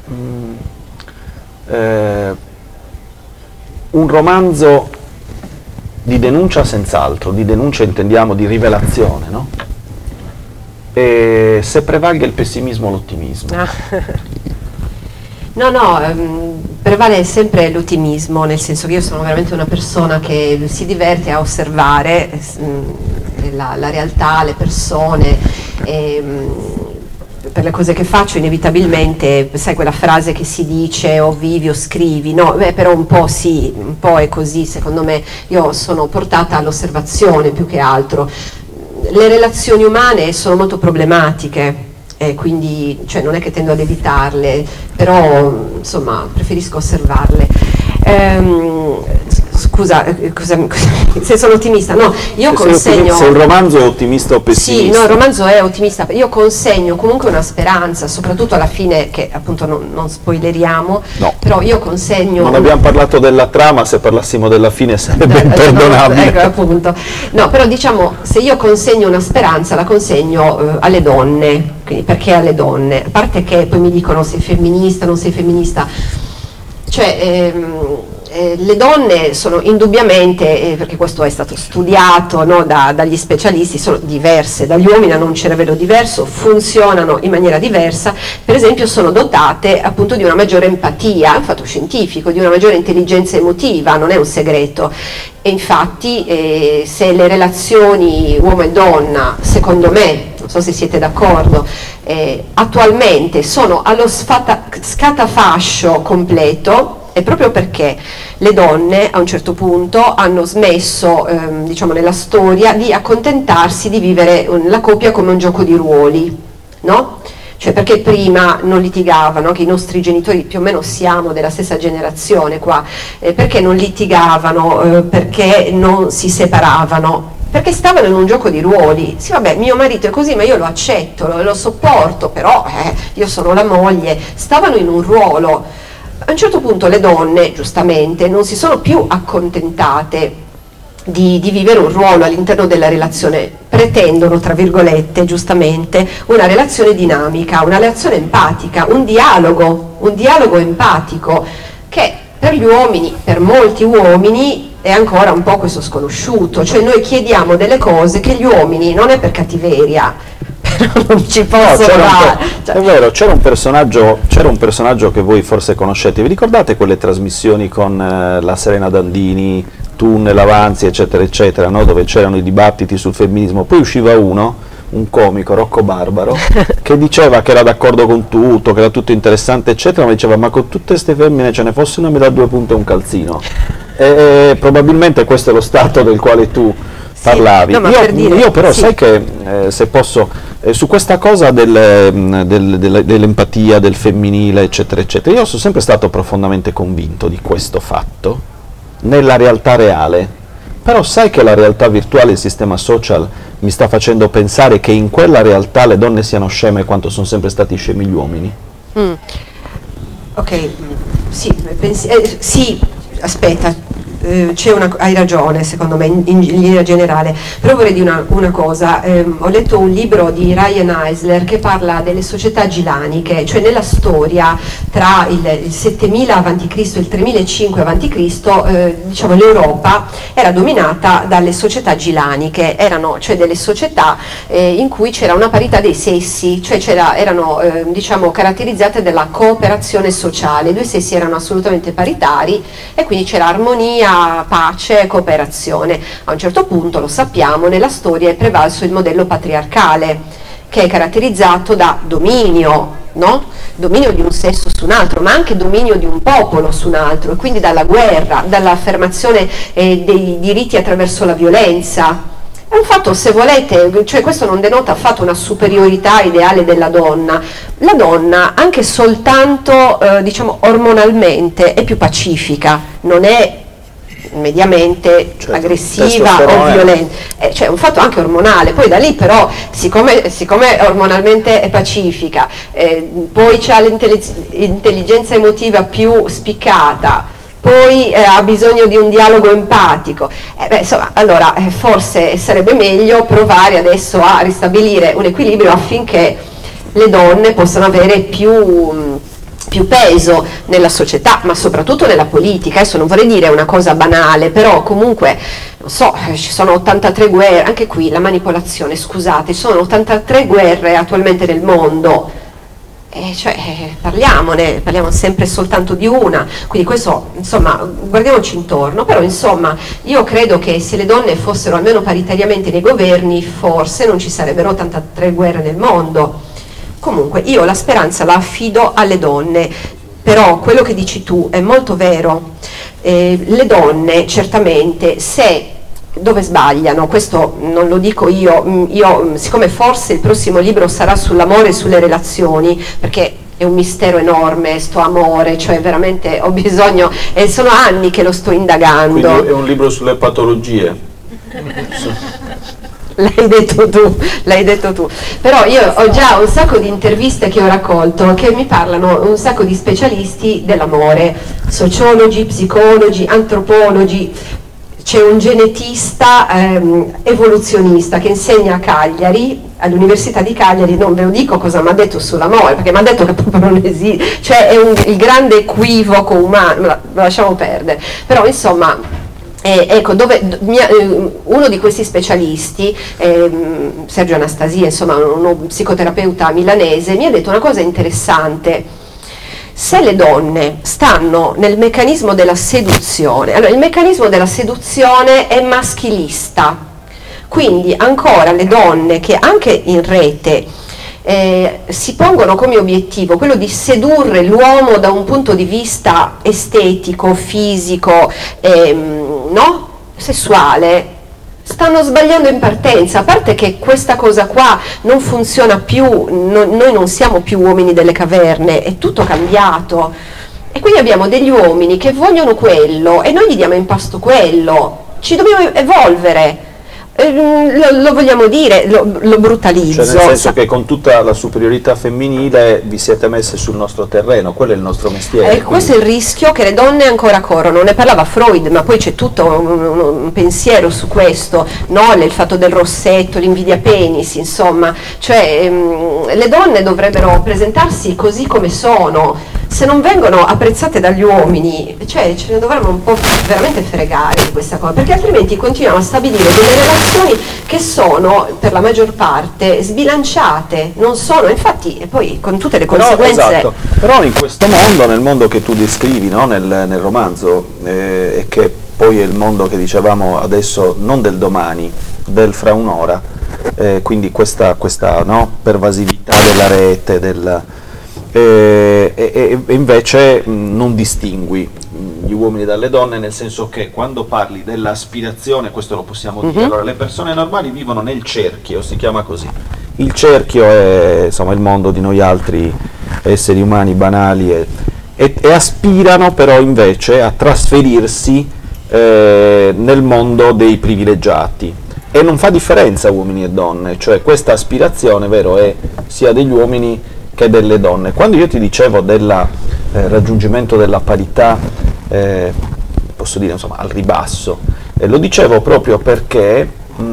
un romanzo di denuncia, senz'altro, di denuncia intendiamo di rivelazione, no? E se prevalga il pessimismo o l'ottimismo? No, prevale sempre l'ottimismo, nel senso che io sono veramente una persona che si diverte a osservare la realtà, le persone, per le cose che faccio inevitabilmente, sai quella frase che si dice o vivi o scrivi, no? Beh, però un po' sì, un po' è così, secondo me. Io sono portata all'osservazione più che altro. Le relazioni umane sono molto problematiche, quindi cioè, non è che tendo ad evitarle, però insomma preferisco osservarle. Scusa, se sono ottimista, no, io consegno... Se il romanzo è ottimista o pessimista? Sì, no, il romanzo è ottimista, io consegno comunque una speranza, soprattutto alla fine, che appunto non spoileriamo, no. Però io consegno... Non abbiamo parlato della trama, se parlassimo della fine sarebbe imperdonabile. Ecco, appunto. No, però diciamo, se io consegno una speranza, la consegno alle donne, quindi perché alle donne? A parte che poi mi dicono sei femminista, non sei femminista... Cioè, le donne sono indubbiamente, perché questo è stato studiato, no, dagli specialisti, sono diverse dagli uomini, hanno un cervello diverso, funzionano in maniera diversa, per esempio sono dotate appunto di una maggiore empatia, è un fatto scientifico, di una maggiore intelligenza emotiva, non è un segreto. E infatti se le relazioni uomo e donna, secondo me, non so se siete d'accordo, attualmente sono allo scatafascio completo, è proprio perché le donne a un certo punto hanno smesso, diciamo nella storia, di accontentarsi di vivere la coppia come un gioco di ruoli, no? Cioè perché prima non litigavano, che i nostri genitori più o meno siamo della stessa generazione qua, perché non litigavano, perché non si separavano? Perché stavano in un gioco di ruoli. Sì, vabbè, mio marito è così, ma io lo accetto, lo sopporto, però io sono la moglie. Stavano in un ruolo. A un certo punto le donne, giustamente, non si sono più accontentate di vivere un ruolo all'interno della relazione, pretendono, tra virgolette, giustamente, una relazione dinamica, una relazione empatica, un dialogo empatico, che per gli uomini, per molti uomini, è ancora un po' questo sconosciuto. Cioè noi chiediamo delle cose che gli uomini, non è per cattiveria, però non ci possono È vero, c'era un personaggio che voi forse conoscete, vi ricordate quelle trasmissioni con la Serena Dandini, Tunnel, Avanzi, eccetera eccetera, no? Dove c'erano i dibattiti sul femminismo, poi usciva un comico, Rocco Barbaro, che diceva che era d'accordo con tutto, che era tutto interessante eccetera, ma diceva: ma con tutte queste femmine ce ne fosse una, mi dà 2 punti e un calzino. E probabilmente questo è lo stato del quale tu parlavi. No, io però sai che, se posso, su questa cosa dell'empatia, del femminile eccetera eccetera, io sono sempre stato profondamente convinto di questo fatto nella realtà reale, però sai che la realtà virtuale, il sistema social, mi sta facendo pensare che in quella realtà le donne siano sceme quanto sono sempre stati scemi gli uomini. Ok, sì, aspetta, hai ragione secondo me in linea generale, però vorrei dire una cosa. Ho letto un libro di Ryan Eisler che parla delle società gilaniche, cioè nella storia tra il 7000 a.C. e il 3005 a.C. Diciamo l'Europa era dominata dalle società gilaniche, erano cioè delle società in cui c'era una parità dei sessi, cioè erano diciamo caratterizzate dalla cooperazione sociale, i due sessi erano assolutamente paritari e quindi c'era armonia, pace e cooperazione. A un certo punto, lo sappiamo, nella storia è prevalso il modello patriarcale, che è caratterizzato da dominio, no? Dominio di un sesso su un altro, ma anche dominio di un popolo su un altro, e quindi dalla guerra, dall'affermazione dei diritti attraverso la violenza. È un fatto, se volete, cioè questo non denota affatto una superiorità ideale della donna. La donna, anche soltanto diciamo ormonalmente, è più pacifica, non è mediamente aggressiva o violenta, cioè è un fatto anche ormonale. Poi da lì però, siccome ormonalmente è pacifica, poi c'ha l'intelligenza emotiva più spiccata, poi ha bisogno di un dialogo empatico, insomma, allora forse sarebbe meglio provare adesso a ristabilire un equilibrio affinché le donne possano avere più peso nella società, ma soprattutto nella politica. Adesso non vorrei dire una cosa banale, però comunque, non so, ci sono 83 guerre, anche qui la manipolazione, scusate, ci sono 83 guerre attualmente nel mondo, parliamo sempre soltanto di una, quindi questo, insomma, guardiamoci intorno. Però insomma io credo che se le donne fossero almeno paritariamente nei governi, forse non ci sarebbero 83 guerre nel mondo. Comunque io la speranza la affido alle donne, però quello che dici tu è molto vero. Le donne certamente, dove sbagliano, questo non lo dico io, siccome forse il prossimo libro sarà sull'amore e sulle relazioni, perché è un mistero enorme sto amore, cioè veramente ho bisogno, e sono anni che lo sto indagando. Quindi è un libro sulle patologie. L'hai detto tu, però io ho già un sacco di interviste che ho raccolto che mi parlano un sacco di specialisti dell'amore, sociologi, psicologi, antropologi, c'è un genetista evoluzionista che insegna a Cagliari, all'Università di Cagliari, non ve lo dico cosa mi ha detto sull'amore, perché mi ha detto che proprio non esiste, cioè è il grande equivoco umano, lo lasciamo perdere, però insomma, ecco, uno di questi specialisti, Sergio Anastasia, insomma uno psicoterapeuta milanese, mi ha detto una cosa interessante. Se le donne stanno nel meccanismo della seduzione, allora il meccanismo della seduzione è maschilista, quindi ancora le donne che anche in rete si pongono come obiettivo quello di sedurre l'uomo da un punto di vista estetico, fisico, no? Sessuale, stanno sbagliando in partenza, a parte che questa cosa qua non funziona più, noi non siamo più uomini delle caverne, è tutto cambiato e quindi abbiamo degli uomini che vogliono quello e noi gli diamo in pasto quello, ci dobbiamo evolvere. Lo vogliamo dire, lo brutalizzo. Cioè nel senso che con tutta la superiorità femminile vi siete messe sul nostro terreno, quello è il nostro mestiere. Questo è il rischio che le donne ancora corrono, ne parlava Freud, ma poi c'è tutto un pensiero su questo, no? Il fatto del rossetto, l'invidia penis, insomma, cioè le donne dovrebbero presentarsi così come sono. Se non vengono apprezzate dagli uomini, cioè ce ne dovremmo un po' veramente fregare di questa cosa, perché altrimenti continuiamo a stabilire delle relazioni che sono per la maggior parte sbilanciate, non sono, infatti, e poi con tutte le conseguenze. Esatto. Però in questo mondo, nel mondo che tu descrivi, no? nel romanzo, e che poi è il mondo che dicevamo adesso, non del domani, del fra un'ora, quindi questa no? pervasività della rete, e invece non distingui gli uomini dalle donne, nel senso che quando parli dell'aspirazione, questo lo possiamo dire, allora le persone normali vivono nel cerchio, si chiama così, il cerchio è insomma il mondo di noi altri esseri umani banali e aspirano però invece a trasferirsi nel mondo dei privilegiati e non fa differenza uomini e donne, cioè questa aspirazione, vero, è sia degli uomini che delle donne. Quando io ti dicevo del raggiungimento della parità, posso dire insomma al ribasso, lo dicevo proprio perché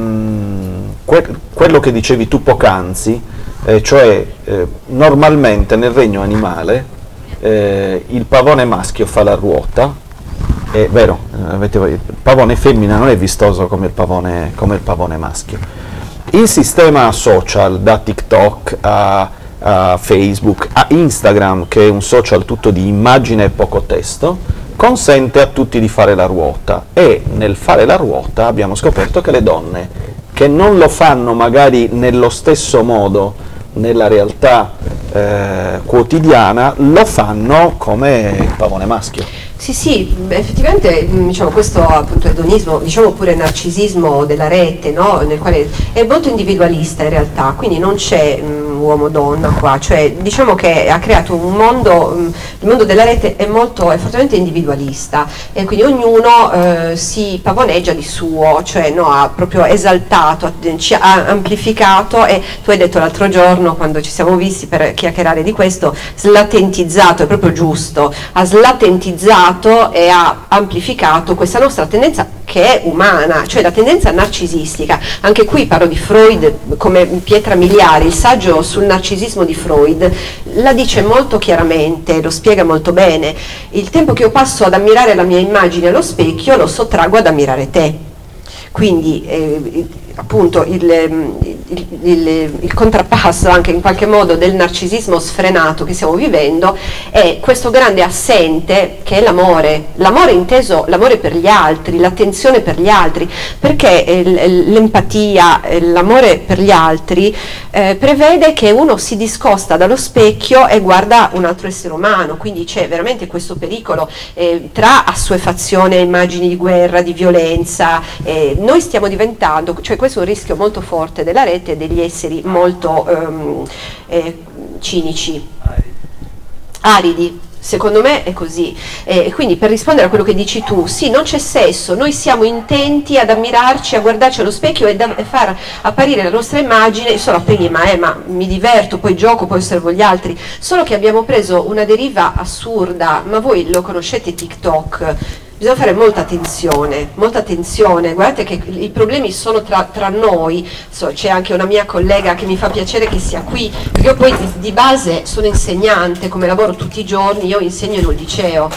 quello che dicevi tu poc'anzi, cioè normalmente nel regno animale il pavone maschio fa la ruota, è vero, il pavone femmina non è vistoso come il pavone maschio. Il sistema social, da TikTok a Facebook, a Instagram, che è un social tutto di immagine e poco testo, consente a tutti di fare la ruota, e nel fare la ruota abbiamo scoperto che le donne, che non lo fanno magari nello stesso modo nella realtà quotidiana, lo fanno come il pavone maschio. Sì, effettivamente diciamo, questo appunto edonismo, diciamo pure narcisismo della rete, no? Nel quale è molto individualista in realtà, quindi non c'è uomo-donna qua, cioè diciamo che ha creato un mondo, il mondo della rete è fortemente individualista e quindi ognuno si pavoneggia di suo, cioè no, ha proprio esaltato, ci ha amplificato, e tu hai detto l'altro giorno quando ci siamo visti per chiacchierare di questo, slatentizzato, è proprio giusto, ha slatentizzato e ha amplificato questa nostra tendenza che è umana, cioè la tendenza narcisistica. Anche qui parlo di Freud come pietra miliare, il saggio sul narcisismo di Freud la dice molto chiaramente, lo spiega molto bene: il tempo che io passo ad ammirare la mia immagine allo specchio lo sottraggo ad ammirare te. Quindi appunto il contrappasso anche in qualche modo del narcisismo sfrenato che stiamo vivendo è questo grande assente che è l'amore inteso, l'amore per gli altri, l'attenzione per gli altri, perché l'empatia, l'amore per gli altri prevede che uno si discosta dallo specchio e guarda un altro essere umano, quindi c'è veramente questo pericolo tra assuefazione a immagini di guerra, di violenza. Noi stiamo diventando, cioè questo è un rischio molto forte della rete e degli esseri molto cinici, aridi. Secondo me è così, e quindi per rispondere a quello che dici tu, sì, non c'è sesso, noi siamo intenti ad ammirarci, a guardarci allo specchio e far apparire la nostra immagine solo prima, ma mi diverto, poi gioco, poi osservo gli altri, solo che abbiamo preso una deriva assurda. Ma voi lo conoscete TikTok? bisogna fare molta attenzione, guardate che i problemi sono tra noi, c'è anche una mia collega che mi fa piacere che sia qui, perché io poi di base sono insegnante, come lavoro tutti i giorni, io insegno in un liceo,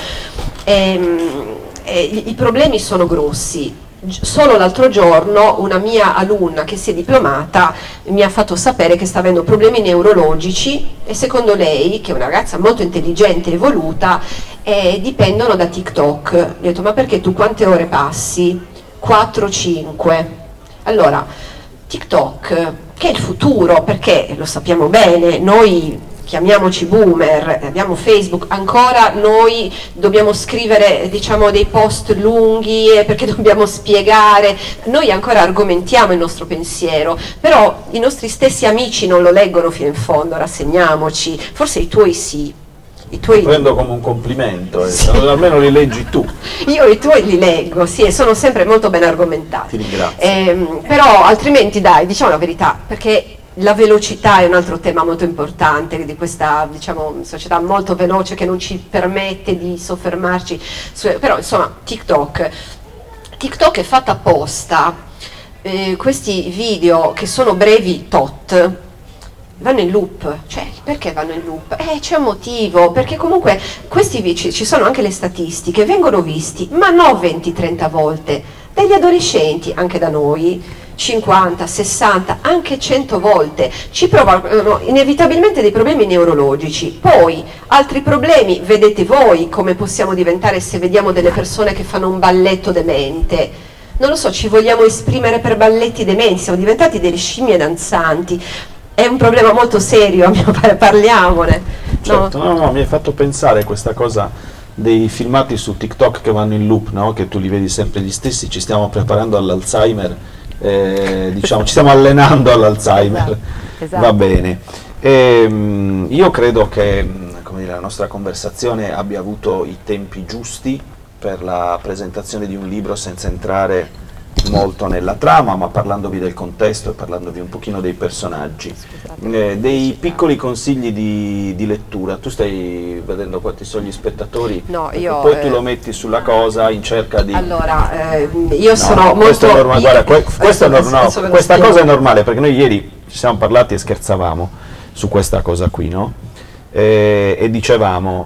i problemi sono grossi. Solo l'altro giorno una mia alunna che si è diplomata mi ha fatto sapere che sta avendo problemi neurologici e secondo lei, che è una ragazza molto intelligente e evoluta, dipendono da TikTok. Gli ho detto: ma perché tu quante ore passi? 4-5. Allora, TikTok, che è il futuro, perché lo sappiamo bene, noi chiamiamoci boomer, abbiamo Facebook, ancora noi dobbiamo scrivere, diciamo, dei post lunghi perché dobbiamo spiegare, noi ancora argomentiamo il nostro pensiero, però i nostri stessi amici non lo leggono fino in fondo, rassegniamoci, forse i tuoi sì. Lo prendo come un complimento, sì. Almeno li leggi tu. Io i tuoi li leggo, sì, e sono sempre molto ben argomentati. Ti ringrazio. Però altrimenti dai, diciamo la verità, perché la velocità è un altro tema molto importante di questa, diciamo, società molto veloce che non ci permette di soffermarci però insomma TikTok è fatta apposta, questi video che sono brevi tot vanno in loop, cioè perché vanno in loop? C'è un motivo, perché comunque questi video, ci sono anche le statistiche, vengono visti ma non 20-30 volte dagli adolescenti, anche da noi 50, 60, anche 100 volte, ci provano inevitabilmente dei problemi neurologici, poi altri problemi, vedete voi come possiamo diventare se vediamo delle persone che fanno un balletto demente, non lo so, ci vogliamo esprimere per balletti dementi, siamo diventati delle scimmie danzanti, è un problema molto serio, a mio parere, parliamone. Certo, no, mi hai fatto pensare questa cosa dei filmati su TikTok che vanno in loop, no? Che tu li vedi sempre gli stessi, ci stiamo preparando all'Alzheimer. Diciamo, ci stiamo allenando all'Alzheimer, esatto. Va bene. Io credo che, come dire, la nostra conversazione abbia avuto i tempi giusti per la presentazione di un libro, senza entrare molto nella trama, ma parlandovi del contesto e parlandovi un pochino dei personaggi. Dei piccoli consigli di lettura. Tu stai vedendo quanti sono gli spettatori? No, io, poi tu lo metti sulla cosa in cerca di... Allora, io sono molto... È normale. Guarda, questa cosa è normale, perché noi ieri ci siamo parlati e scherzavamo su questa cosa qui, no? E dicevamo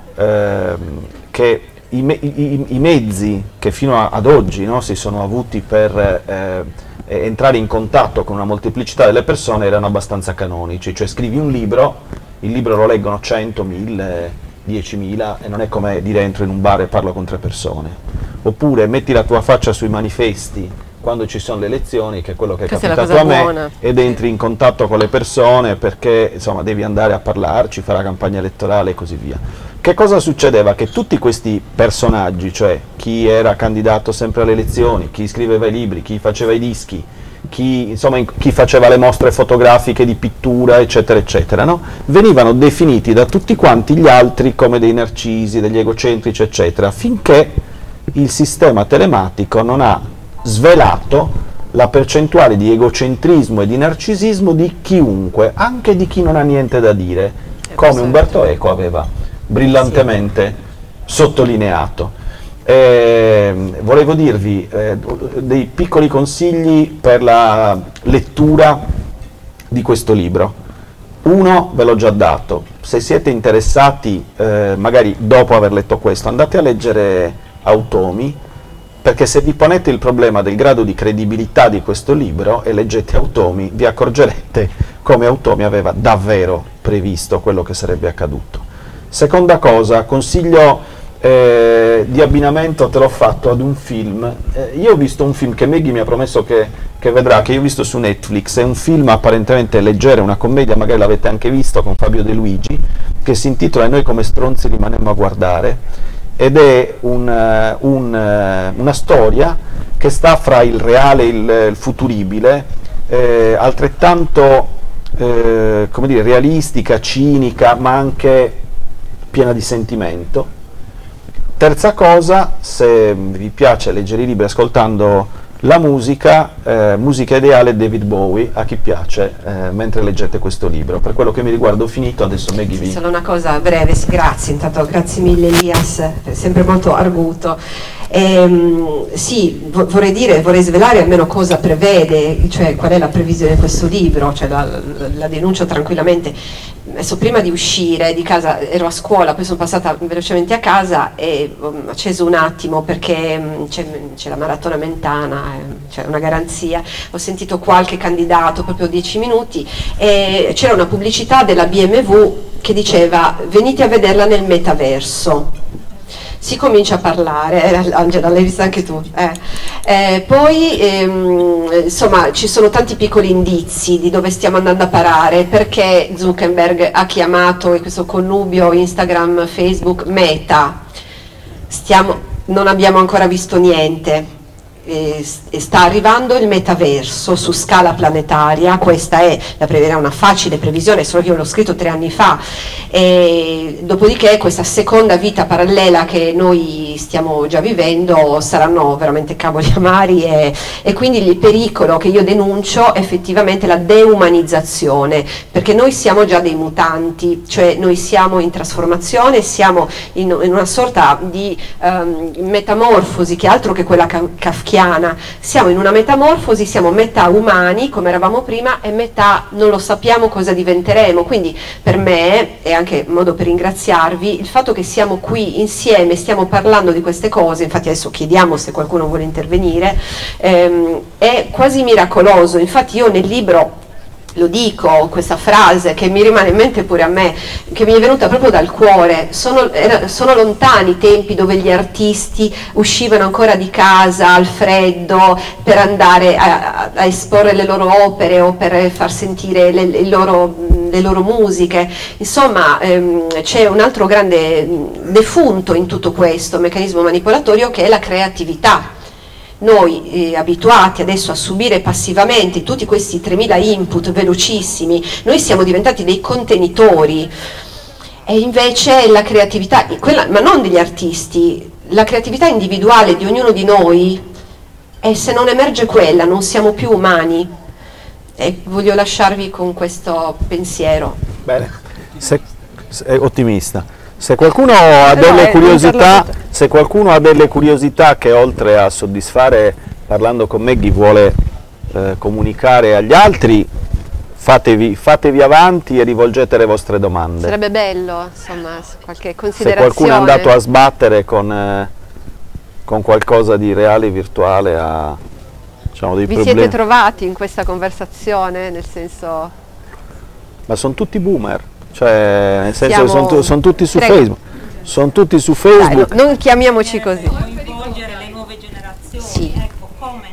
che i mezzi che fino ad oggi, no, si sono avuti per entrare in contatto con una molteplicità delle persone erano abbastanza canonici, cioè scrivi un libro, il libro lo leggono 100, 1000, 10.000 e non è come dire entro in un bar e parlo con 3 persone, oppure metti la tua faccia sui manifesti quando ci sono le elezioni, che è quello che è capitato a me, buona. Ed entri in contatto con le persone perché insomma devi andare a parlarci, fare la campagna elettorale e così via. Che cosa succedeva? Che tutti questi personaggi, cioè chi era candidato sempre alle elezioni, chi scriveva i libri, chi faceva i dischi, chi faceva le mostre fotografiche di pittura, eccetera, eccetera, no? Venivano definiti da tutti quanti gli altri come dei narcisi, degli egocentrici, eccetera, finché il sistema telematico non ha svelato la percentuale di egocentrismo e di narcisismo di chiunque, anche di chi non ha niente da dire, come Umberto Eco aveva brillantemente sottolineato. Volevo dirvi dei piccoli consigli per la lettura di questo libro. Uno ve l'ho già dato: se siete interessati, magari dopo aver letto questo, andate a leggere Automi, perché se vi ponete il problema del grado di credibilità di questo libro e leggete Automi, vi accorgerete come Automi aveva davvero previsto quello che sarebbe accaduto. Seconda cosa, consiglio di abbinamento, te l'ho fatto ad un film. Io ho visto un film che Maggie mi ha promesso che vedrà, che io ho visto su Netflix, è un film apparentemente leggero, una commedia, magari l'avete anche visto, con Fabio De Luigi, che si intitola E noi come stronzi rimanemmo a guardare, ed è una storia che sta fra il reale e il futuribile, altrettanto come dire, realistica, cinica, ma anche piena di sentimento. Terza cosa, se vi piace leggere i libri ascoltando la musica, musica ideale David Bowie, a chi piace, mentre leggete questo libro. Per quello che mi riguarda ho finito, adesso Maggie vi... Solo una cosa breve, grazie, intanto grazie mille Elias, sempre molto arguto. Sì, vorrei svelare almeno cosa prevede, cioè qual è la previsione di questo libro, cioè la denuncio tranquillamente. Adesso, prima di uscire di casa ero a scuola, poi sono passata velocemente a casa e ho acceso un attimo perché c'è la maratona Mentana, c'è una garanzia, ho sentito qualche candidato proprio 10 minuti e c'era una pubblicità della BMW che diceva venite a vederla nel metaverso. Si comincia a parlare, Angela, l'hai vista anche tu. Poi insomma ci sono tanti piccoli indizi di dove stiamo andando a parare, perché Zuckerberg ha chiamato questo connubio Instagram, Facebook, Meta. Non abbiamo ancora visto niente. Sta arrivando il metaverso su scala planetaria, questa è una facile previsione, solo che io l'ho scritto 3 anni fa, e dopodiché questa seconda vita parallela che noi stiamo già vivendo saranno veramente cavoli amari e quindi il pericolo che io denuncio è effettivamente la deumanizzazione, perché noi siamo già dei mutanti, cioè noi siamo in trasformazione, siamo in una sorta di metamorfosi che altro che quella kafkiana. Siamo in una metamorfosi, siamo metà umani come eravamo prima e metà non lo sappiamo cosa diventeremo, quindi per me, e anche modo per ringraziarvi, il fatto che siamo qui insieme, stiamo parlando di queste cose, infatti adesso chiediamo se qualcuno vuole intervenire, è quasi miracoloso. Infatti io nel libro lo dico, questa frase che mi rimane in mente pure a me, che mi è venuta proprio dal cuore. Sono lontani i tempi dove gli artisti uscivano ancora di casa al freddo per andare a esporre le loro opere o per far sentire le loro musiche. Insomma, c'è un altro grande defunto in tutto questo meccanismo manipolatorio che è la creatività. Noi abituati adesso a subire passivamente tutti questi 3000 input velocissimi, noi siamo diventati dei contenitori, e invece la creatività, ma non degli artisti, la creatività individuale di ognuno di noi, e se non emerge quella non siamo più umani. E voglio lasciarvi con questo pensiero. Bene, è ottimista. Se qualcuno ha delle curiosità, che oltre a soddisfare parlando con Maggie vuole comunicare agli altri, fatevi avanti e rivolgete le vostre domande. Sarebbe bello, insomma, qualche considerazione. Se qualcuno è andato a sbattere con qualcosa di reale e virtuale a diciamo, dei problemi. Vi siete trovati in questa conversazione, nel senso... Ma sono tutti boomer. Cioè, nel senso sono tutti su Facebook. Sono tutti su Facebook. Dai, non chiamiamoci così. Coinvolgere le nuove generazioni. Sì. Ecco, come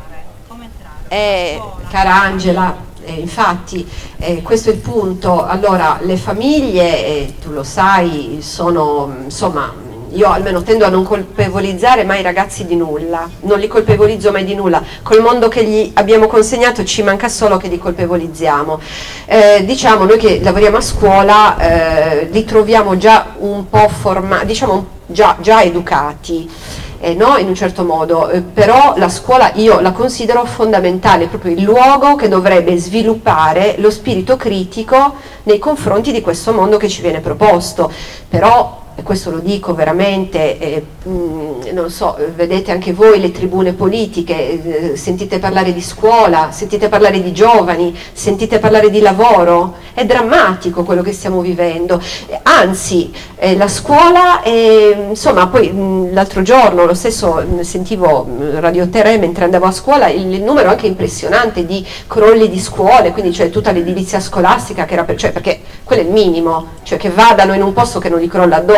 entrare? Cara Angela, infatti questo è il punto. Allora, le famiglie, tu lo sai, sono insomma. Io almeno tendo a non colpevolizzare mai i ragazzi di nulla, non li colpevolizzo mai di nulla, col mondo che gli abbiamo consegnato ci manca solo che li colpevolizziamo. Diciamo, noi che lavoriamo a scuola li troviamo già un po' formati, diciamo già educati, no? In un certo modo, però la scuola io la considero fondamentale, proprio il luogo che dovrebbe sviluppare lo spirito critico nei confronti di questo mondo che ci viene proposto. Però, e questo lo dico veramente, non so, vedete anche voi le tribune politiche, sentite parlare di scuola, sentite parlare di giovani, sentite parlare di lavoro, è drammatico quello che stiamo vivendo, anzi la scuola, insomma, poi l'altro giorno lo stesso sentivo Radio 3 mentre andavo a scuola, il numero anche impressionante di crolli di scuole, quindi cioè tutta l'edilizia scolastica che era perché quello è il minimo, cioè che vadano in un posto che non gli crolla addosso.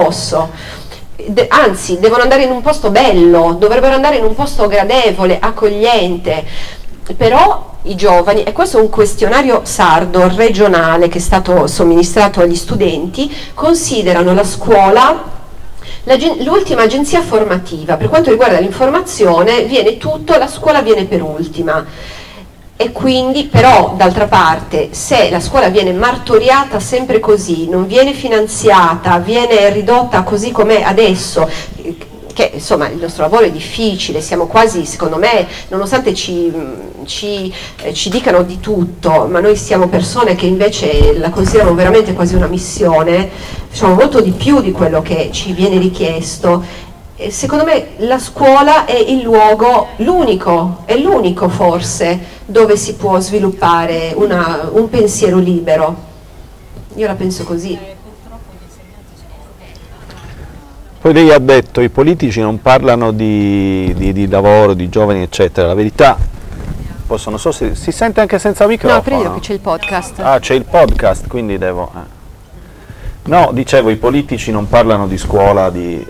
Anzi, devono andare in un posto bello, dovrebbero andare in un posto gradevole, accogliente. Però i giovani, e questo è un questionario sardo, regionale, che è stato somministrato agli studenti, considerano la scuola l'ultima agenzia formativa. Per quanto riguarda l'informazione, la scuola viene per ultima. E quindi però d'altra parte, se la scuola viene martoriata sempre così, non viene finanziata, viene ridotta così com'è adesso, che insomma il nostro lavoro è difficile, siamo quasi, secondo me, nonostante ci dicano di tutto, ma noi siamo persone che invece la considerano veramente quasi una missione, facciamo molto di più di quello che ci viene richiesto. secondo me la scuola è il luogo, l'unico forse, dove si può sviluppare un pensiero libero. Io la penso così. Poi lei ha detto i politici non parlano di lavoro, di giovani eccetera, la verità possono, so se si sente anche senza microfono. No, credo che c'è il podcast. Ah, c'è il podcast, quindi devo... No, dicevo, i politici non parlano di scuola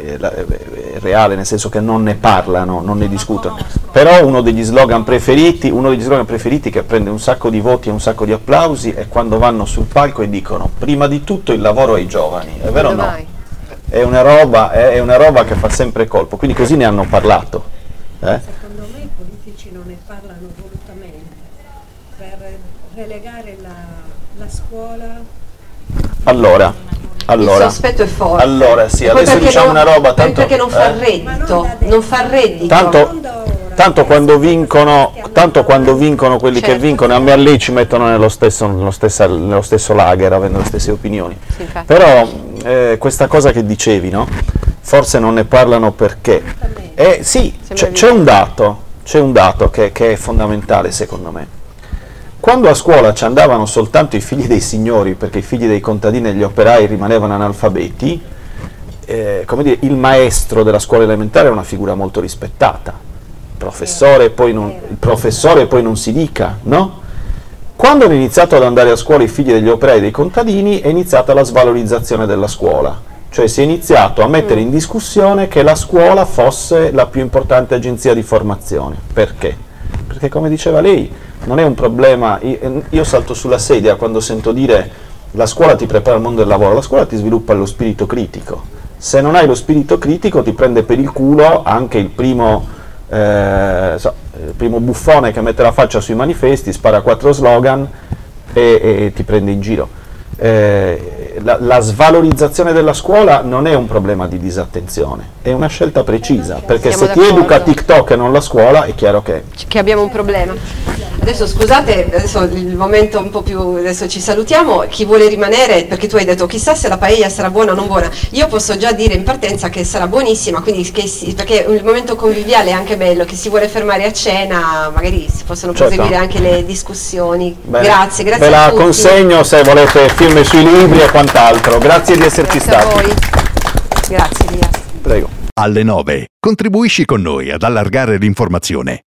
reale, nel senso che non ne parlano, non ne discutono. Però uno degli slogan preferiti che prende un sacco di voti e un sacco di applausi è quando vanno sul palco e dicono prima di tutto il lavoro ai giovani, è vero o no? È una roba che fa sempre colpo, quindi così ne hanno parlato. Secondo me i politici non ne parlano volutamente per relegare la scuola. Allora, il sospetto è forte. Allora, sì, adesso diciamo una roba tanto perché non fa reddito, non fa reddito. Tanto quando vincono quelli che vincono, a me e a lei ci mettono nello stesso lager, avendo le stesse opinioni. Sì, però questa cosa che dicevi, no? Forse non ne parlano perché sì, c'è un dato che è fondamentale secondo me. Quando a scuola ci andavano soltanto i figli dei signori, perché i figli dei contadini e gli operai rimanevano analfabeti, come dire, il maestro della scuola elementare è una figura molto rispettata. Il professore poi non si dica, no? Quando hanno iniziato ad andare a scuola i figli degli operai e dei contadini, è iniziata la svalorizzazione della scuola. Cioè si è iniziato a mettere in discussione che la scuola fosse la più importante agenzia di formazione. Perché? Perché, come diceva lei, non è un problema, io salto sulla sedia quando sento dire la scuola ti prepara al mondo del lavoro, la scuola ti sviluppa lo spirito critico. Se non hai lo spirito critico ti prende per il culo anche il primo buffone che mette la faccia sui manifesti, spara 4 slogan e ti prende in giro. La svalorizzazione della scuola non è un problema di disattenzione, è una scelta precisa, perché se ti educa TikTok e non la scuola è chiaro che abbiamo un problema. Adesso scusate, adesso il momento un po' più, adesso ci salutiamo, chi vuole rimanere, perché tu hai detto chissà se la paella sarà buona o non buona, io posso già dire in partenza che sarà buonissima, quindi perché il momento conviviale è anche bello, che si vuole fermare a cena, magari si possono proseguire anche le discussioni. Bene. Grazie ve la a tutti. Consegno se volete film sui libri e quant'altro, grazie di esserci stati. A voi. Grazie Elias. Prego. Alle 9 contribuisci con noi ad allargare l'informazione.